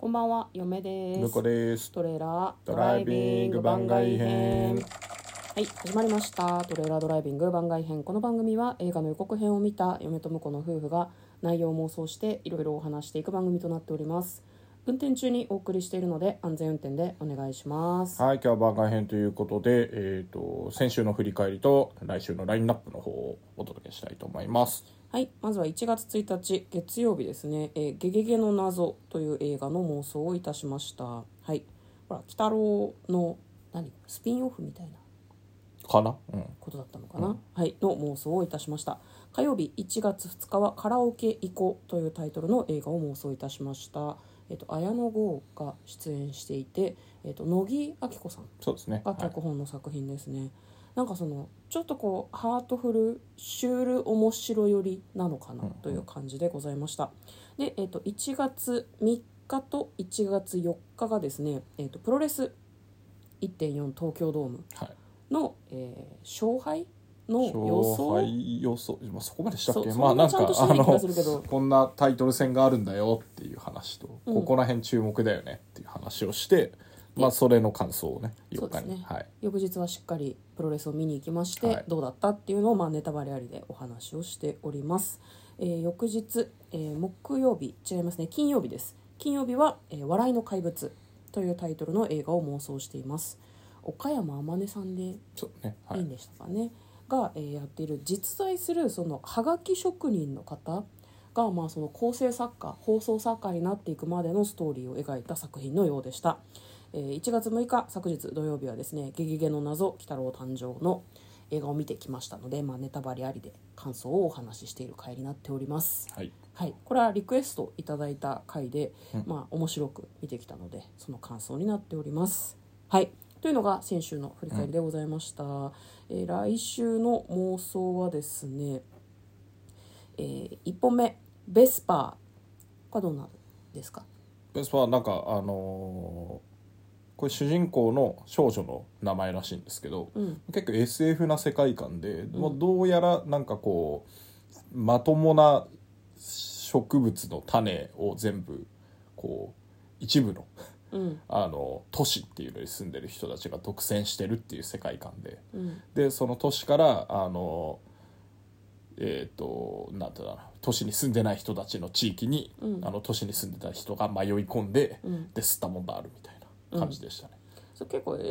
こんばんは、嫁です。 向こです。 トレーラードライビング番外編。 はい、始まりました。トレーラードライビング番外編。この番組は映画の予告編を見た嫁と婿の夫婦が内容を妄想していろいろお話していく番組となっております。運転中にお送りしているので安全運転でお願いします。 はい、今日は番外編ということで、先週の振り返りと来週のラインナップの方をお届けしたいと思います。 はい、まずは1月1日月曜日ですね、ゲゲゲの謎という映画の妄想をいたしました。はい、ほら鬼太郎のスピンオフみたいなかな、 ことだったのかな、はい、の妄想をいたしました。火曜日1月2日はカラオケ行こうというタイトルの映画を妄想いたしました。綾野剛が出演していて、乃木明子さんそうですねが脚本の作品ですね。なんかそのちょっとこうハートフルシュール面白寄りなのかなという感じでございました。で、1月3日と1月4日がですね、プロレス 1.4 東京ドームの、勝敗の予想、 そこまでしたっけ。 そんなちゃんとしてない気がするけど、 こんなタイトル戦があるんだよっていう話と、ここら辺注目だよねっていう話をして、それの感想をね、 そうですね、 はい、 翌日はしっかりプロレスを見に行きまして、どうだったっていうのを、ネタバレありでお話をしております。翌日、木曜日違いますね、金曜日です。金曜日は、笑いの怪物というタイトルの映画を妄想しています。岡山天音さんでいいんでしたかね、が、やっている実在するそのはがき職人の方が、その構成作家放送作家になっていくまでのストーリーを描いた作品のようでした。1月6日昨日土曜日はですね、ゲゲゲの謎鬼太郎誕生の映画を見てきましたので、ネタバレありで感想をお話ししている回になっております。 はい、 はい、これはリクエストいただいた回で、面白く見てきたのでその感想になっております。はい、というのが先週の振り返りでございました。来週の妄想はですね、1本目ベスパー。これどうなんですか？ ベスパーなんかこれ主人公の少女の名前らしいんですけど、結構 SF な世界観で、どうやらなんかこうまともな植物の種を全部こう一部の都市っていうのに住んでる人たちが独占してるっていう世界観で、でその都市からなんていうの、都市に住んでない人たちの地域に、都市に住んでた人が迷い込んで、で吸ったもんだあるみたいな感じでしたね。 そう結構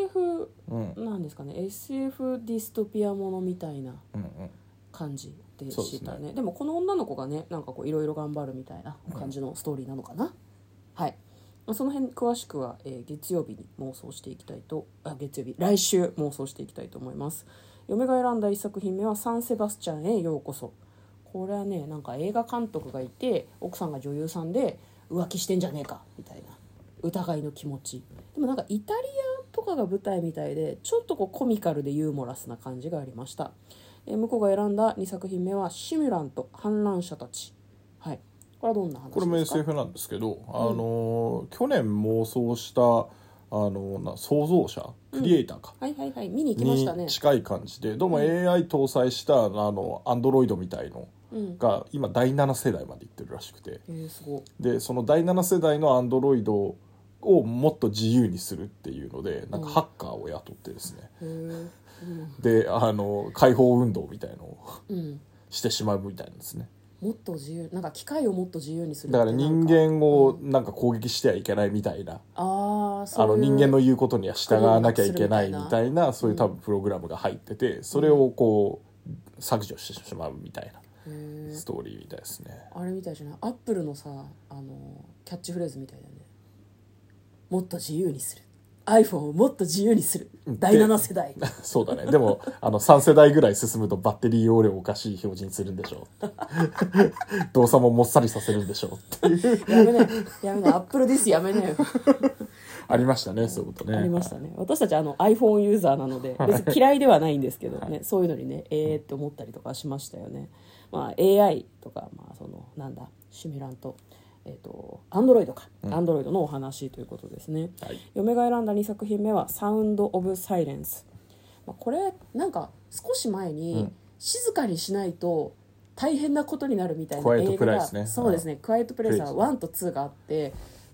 SF なんですかね、SF ディストピアものみたいな感じでしたね。でもこの女の子がね、なんかこういろいろ頑張るみたいな感じのストーリーなのかな。はい、その辺詳しくは、月曜日に妄想していきたいと来週妄想していきたいと思います。嫁が選んだ一作品目はサンセバスチャンへようこそ。これはね、なんか映画監督がいて奥さんが女優さんで浮気してんじゃねえかみたいな疑いの気持ち。でもなんかイタリアとかが舞台みたいで、ちょっとこうコミカルでユーモラスな感じがありました。向こうが選んだ2作品目はシミュラント反乱者たち。はい、これはどんな話ですか？ これも SF なんですけど、去年妄想した創造者クリエイターか、 見に行きましたね。 に近い感じで、どうも AI 搭載したアンドロイドみたいのが今第7世代までいってるらしくて、 すごい。 でその第7世代のアンドロイドをもっと自由にするっていうので、なんかハッカーを雇ってですね、で解放運動みたいのを、してしまうみたいなんですね。 もっと自由、なんか機械をもっと自由にするだから人間をなんか攻撃してはいけないみたいな、人間の言うことには従わなきゃいけないみたいな、そういう多分プログラムが入ってて、それをこう削除してしまうみたいなストーリーみたいですね。 あれみたいじゃない？アップルのさ、キャッチフレーズみたいだよね。もっと自由にする、 iPhone をもっと自由にする第7世代。 そうだね。でも3世代ぐらい進むとバッテリー容量おかしい表示にするんでしょう動作ももっさりさせるんでしょうっていうやめなアップルですやめなよありましたね、そういうことね。 ありましたね。私たちiPhone ユーザーなので別に嫌いではないんですけどね、そういうのにねって思ったりとかしましたよね。AI とか、そのなんだシミュラント、アンドロイドか、アンドロイドのお話ということですね。嫁が選んだ2作品目はサウンド・オブ・サイレンス。これなんか少し前に、静かにしないと大変なことになるみたいな映画が、そうですね、クワイエットプレイスは1と2があって、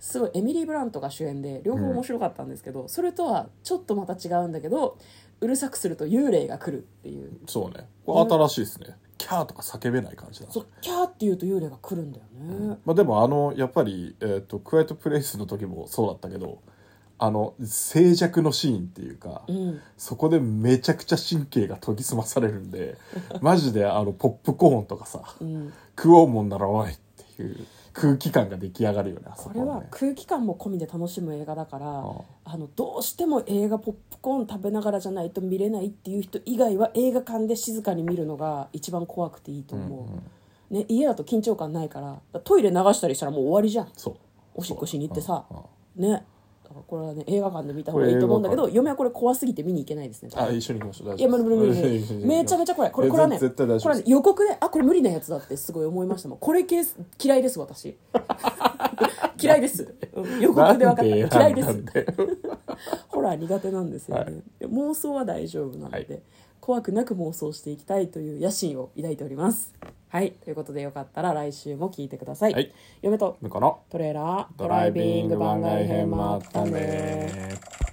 すごいエミリー・ブラントが主演で両方面白かったんですけど、それとはちょっとまた違うんだけど、うるさくすると幽霊が来るっていう。 そうね、これ新しいですね。キャーとか叫べない感じだ。 そう、キャーって言うと幽霊が来るんだよね。 まあ、でもやっぱり、クワイエットプレイスの時もそうだったけど、静寂のシーンっていうか、そこでめちゃくちゃ神経が研ぎ澄まされるんでマジでポップコーンとかさ、食おうもんならおいっていう空気感が出来上がるよね。 これは空気感も込みで楽しむ映画だから、どうしても映画ポップコーン食べながらじゃないと見れないっていう人以外は映画館で静かに見るのが一番怖くていいと思う、ね、家だと緊張感ないからトイレ流したりしたらもう終わりじゃん。おしっこしに行ってさ、ね、だからこれはね映画館で見た方がいいと思うんだけど、嫁はこれ怖すぎて見に行けないですね。 一緒に行きましょう。 いや、めちゃめちゃ怖い。これはね、これはね予告でこれ無理なやつだってすごい思いましたもん。これ系嫌いです私嫌いです、予告で分かった嫌いですホラー苦手なんですよね、妄想は大丈夫なので、怖くなく妄想していきたいという野心を抱いております。はい、ということでよかったら来週も聞いてください。嫁と向こうのトレーラードライビング番外編もあったね。